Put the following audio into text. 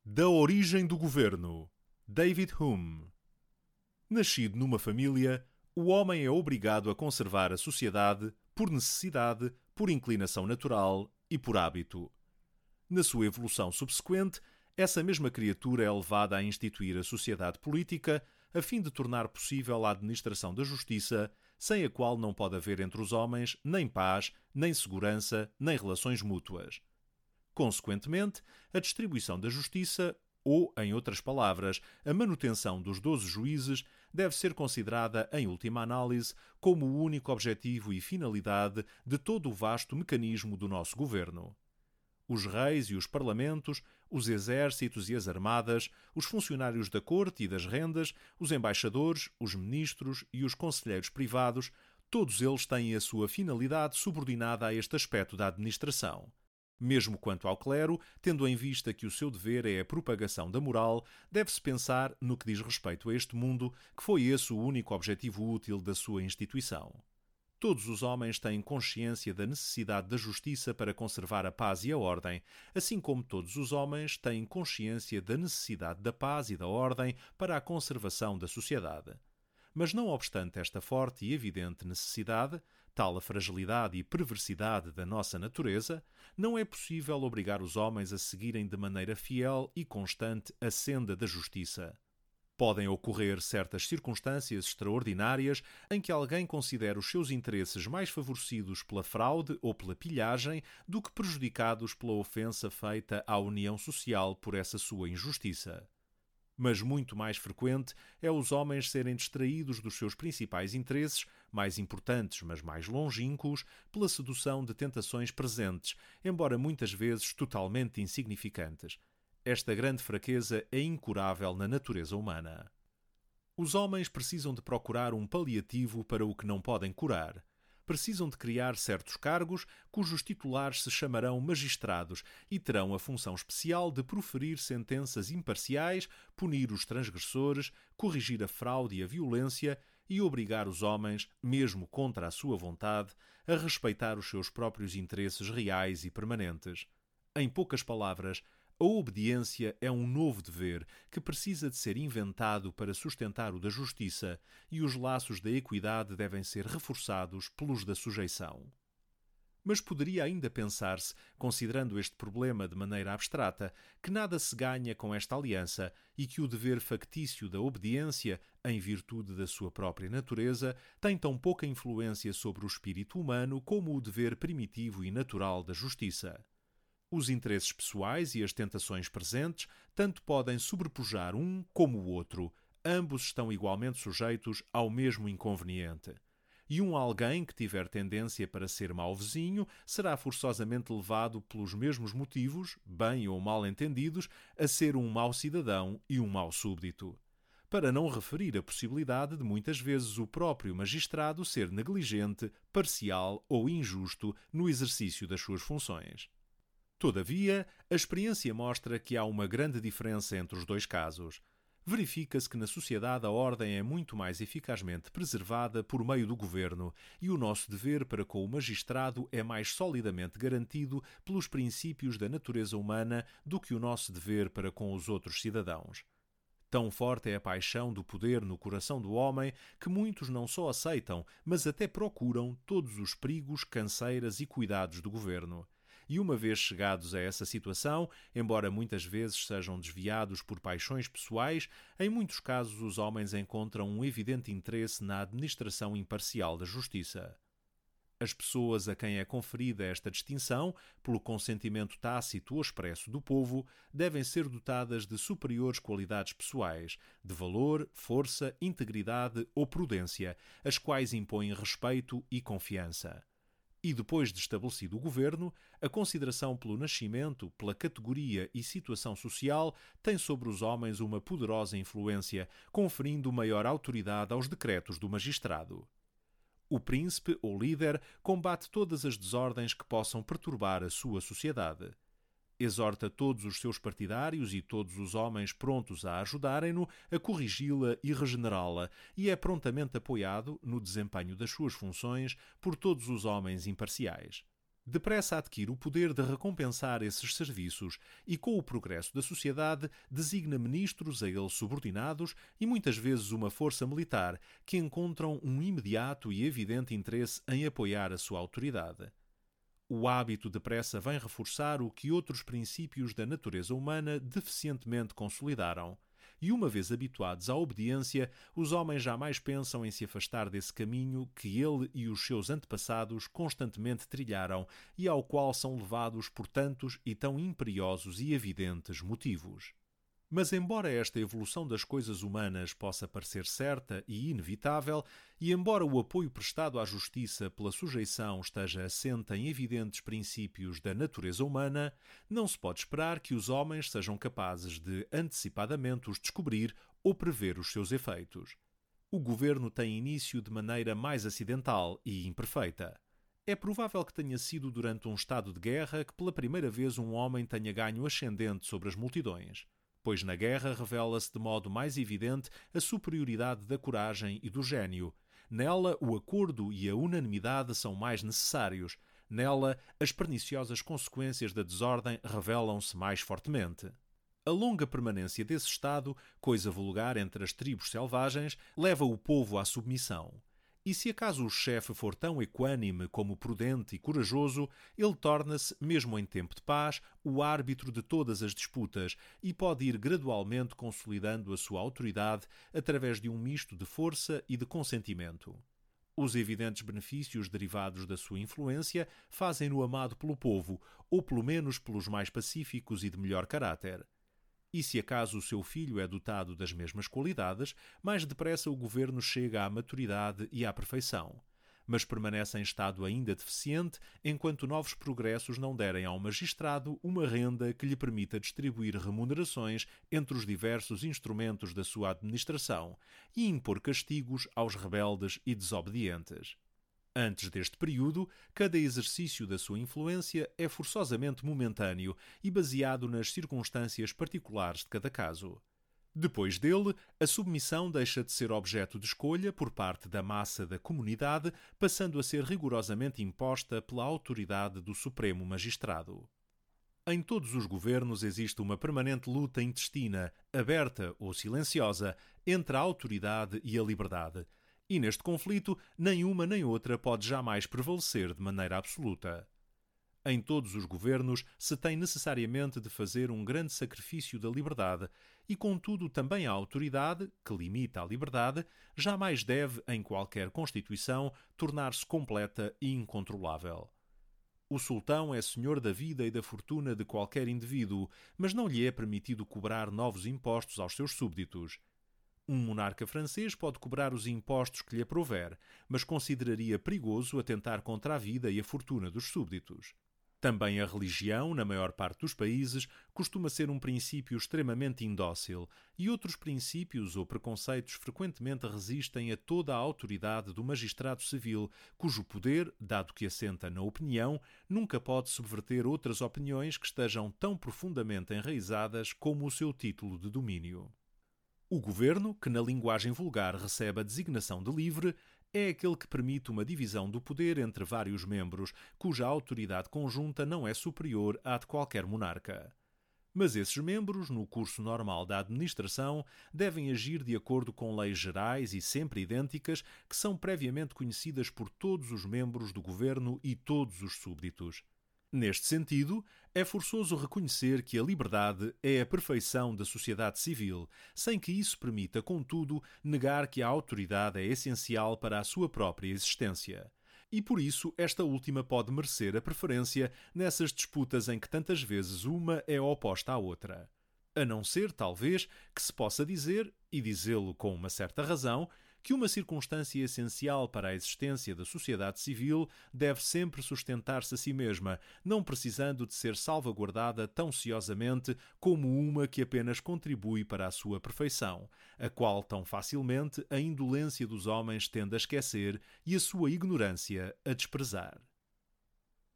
Da origem do governo, David Hume. Nascido numa família, o homem é obrigado a conservar a sociedade por necessidade, por inclinação natural e por hábito. Na sua evolução subsequente, essa mesma criatura é levada a instituir a sociedade política a fim de tornar possível a administração da justiça, sem a qual não pode haver entre os homens nem paz, nem segurança, nem relações mútuas. Consequentemente, a distribuição da justiça, ou, em outras palavras, a manutenção dos 12 juízes, deve ser considerada, em última análise, como o único objetivo e finalidade de todo o vasto mecanismo do nosso governo. Os reis e os parlamentos, os exércitos e as armadas, os funcionários da corte e das rendas, os embaixadores, os ministros e os conselheiros privados, todos eles têm a sua finalidade subordinada a este aspecto da administração. Mesmo quanto ao clero, tendo em vista que o seu dever é a propagação da moral, deve-se pensar, no que diz respeito a este mundo, que foi esse o único objetivo útil da sua instituição. Todos os homens têm consciência da necessidade da justiça para conservar a paz e a ordem, assim como todos os homens têm consciência da necessidade da paz e da ordem para a conservação da sociedade. Mas não obstante esta forte e evidente necessidade, tal a fragilidade e perversidade da nossa natureza, não é possível obrigar os homens a seguirem de maneira fiel e constante a senda da justiça. Podem ocorrer certas circunstâncias extraordinárias em que alguém considera os seus interesses mais favorecidos pela fraude ou pela pilhagem do que prejudicados pela ofensa feita à união social por essa sua injustiça. Mas muito mais frequente é os homens serem distraídos dos seus principais interesses, mais importantes mas mais longínquos, pela sedução de tentações presentes, embora muitas vezes totalmente insignificantes. Esta grande fraqueza é incurável na natureza humana. Os homens precisam de procurar um paliativo para o que não podem curar. Precisam de criar certos cargos cujos titulares se chamarão magistrados e terão a função especial de proferir sentenças imparciais, punir os transgressores, corrigir a fraude e a violência e obrigar os homens, mesmo contra a sua vontade, a respeitar os seus próprios interesses reais e permanentes. Em poucas palavras, a obediência é um novo dever que precisa de ser inventado para sustentar o da justiça, e os laços da equidade devem ser reforçados pelos da sujeição. Mas poderia ainda pensar-se, considerando este problema de maneira abstrata, que nada se ganha com esta aliança e que o dever factício da obediência, em virtude da sua própria natureza, tem tão pouca influência sobre o espírito humano como o dever primitivo e natural da justiça. Os interesses pessoais e as tentações presentes tanto podem sobrepujar um como o outro. Ambos estão igualmente sujeitos ao mesmo inconveniente. E um alguém que tiver tendência para ser mau vizinho será forçosamente levado pelos mesmos motivos, bem ou mal entendidos, a ser um mau cidadão e um mau súbdito. Para não referir a possibilidade de muitas vezes o próprio magistrado ser negligente, parcial ou injusto no exercício das suas funções. Todavia, a experiência mostra que há uma grande diferença entre os dois casos. Verifica-se que na sociedade a ordem é muito mais eficazmente preservada por meio do governo e o nosso dever para com o magistrado é mais solidamente garantido pelos princípios da natureza humana do que o nosso dever para com os outros cidadãos. Tão forte é a paixão do poder no coração do homem que muitos não só aceitam, mas até procuram todos os perigos, canseiras e cuidados do governo. E uma vez chegados a essa situação, embora muitas vezes sejam desviados por paixões pessoais, em muitos casos os homens encontram um evidente interesse na administração imparcial da justiça. As pessoas a quem é conferida esta distinção, pelo consentimento tácito ou expresso do povo, devem ser dotadas de superiores qualidades pessoais, de valor, força, integridade ou prudência, as quais impõem respeito e confiança. E depois de estabelecido o governo, a consideração pelo nascimento, pela categoria e situação social tem sobre os homens uma poderosa influência, conferindo maior autoridade aos decretos do magistrado. O príncipe ou líder combate todas as desordens que possam perturbar a sua sociedade. Exorta todos os seus partidários e todos os homens prontos a ajudarem-no a corrigi-la e regenerá-la, e é prontamente apoiado, no desempenho das suas funções, por todos os homens imparciais. Depressa adquire o poder de recompensar esses serviços e, com o progresso da sociedade, designa ministros a eles subordinados e muitas vezes uma força militar que encontram um imediato e evidente interesse em apoiar a sua autoridade. O hábito depressa vem reforçar o que outros princípios da natureza humana deficientemente consolidaram. E uma vez habituados à obediência, os homens jamais pensam em se afastar desse caminho que ele e os seus antepassados constantemente trilharam e ao qual são levados por tantos e tão imperiosos e evidentes motivos. Mas embora esta evolução das coisas humanas possa parecer certa e inevitável, e embora o apoio prestado à justiça pela sujeição esteja assente em evidentes princípios da natureza humana, não se pode esperar que os homens sejam capazes de antecipadamente os descobrir ou prever os seus efeitos. O governo tem início de maneira mais acidental e imperfeita. É provável que tenha sido durante um estado de guerra que pela primeira vez um homem tenha ganho ascendente sobre as multidões. Pois na guerra revela-se de modo mais evidente a superioridade da coragem e do gênio. Nela, o acordo e a unanimidade são mais necessários. Nela, as perniciosas consequências da desordem revelam-se mais fortemente. A longa permanência desse estado, coisa vulgar entre as tribos selvagens, leva o povo à submissão. E se acaso o chefe for tão equânime como prudente e corajoso, ele torna-se, mesmo em tempo de paz, o árbitro de todas as disputas e pode ir gradualmente consolidando a sua autoridade através de um misto de força e de consentimento. Os evidentes benefícios derivados da sua influência fazem-no amado pelo povo, ou pelo menos pelos mais pacíficos e de melhor caráter. E se acaso o seu filho é dotado das mesmas qualidades, mais depressa o governo chega à maturidade e à perfeição. Mas permanece em estado ainda deficiente enquanto novos progressos não derem ao magistrado uma renda que lhe permita distribuir remunerações entre os diversos instrumentos da sua administração e impor castigos aos rebeldes e desobedientes. Antes deste período, cada exercício da sua influência é forçosamente momentâneo e baseado nas circunstâncias particulares de cada caso. Depois dele, a submissão deixa de ser objeto de escolha por parte da massa da comunidade, passando a ser rigorosamente imposta pela autoridade do Supremo Magistrado. Em todos os governos existe uma permanente luta intestina, aberta ou silenciosa, entre a autoridade e a liberdade. E neste conflito, nem uma nem outra pode jamais prevalecer de maneira absoluta. Em todos os governos se tem necessariamente de fazer um grande sacrifício da liberdade e, contudo, também a autoridade, que limita a liberdade, jamais deve, em qualquer Constituição, tornar-se completa e incontrolável. O sultão é senhor da vida e da fortuna de qualquer indivíduo, mas não lhe é permitido cobrar novos impostos aos seus súbditos. Um monarca francês pode cobrar os impostos que lhe aprouver, mas consideraria perigoso atentar contra a vida e a fortuna dos súbditos. Também a religião, na maior parte dos países, costuma ser um princípio extremamente indócil, e outros princípios ou preconceitos frequentemente resistem a toda a autoridade do magistrado civil, cujo poder, dado que assenta na opinião, nunca pode subverter outras opiniões que estejam tão profundamente enraizadas como o seu título de domínio. O governo, que na linguagem vulgar recebe a designação de livre, é aquele que permite uma divisão do poder entre vários membros, cuja autoridade conjunta não é superior à de qualquer monarca. Mas esses membros, no curso normal da administração, devem agir de acordo com leis gerais e sempre idênticas que são previamente conhecidas por todos os membros do governo e todos os súbditos. Neste sentido, é forçoso reconhecer que a liberdade é a perfeição da sociedade civil, sem que isso permita, contudo, negar que a autoridade é essencial para a sua própria existência. E por isso esta última pode merecer a preferência nessas disputas em que tantas vezes uma é oposta à outra. A não ser, talvez, que se possa dizer, e dizê-lo com uma certa razão, que uma circunstância essencial para a existência da sociedade civil deve sempre sustentar-se a si mesma, não precisando de ser salvaguardada tão ciosamente como uma que apenas contribui para a sua perfeição, a qual tão facilmente a indolência dos homens tende a esquecer e a sua ignorância a desprezar.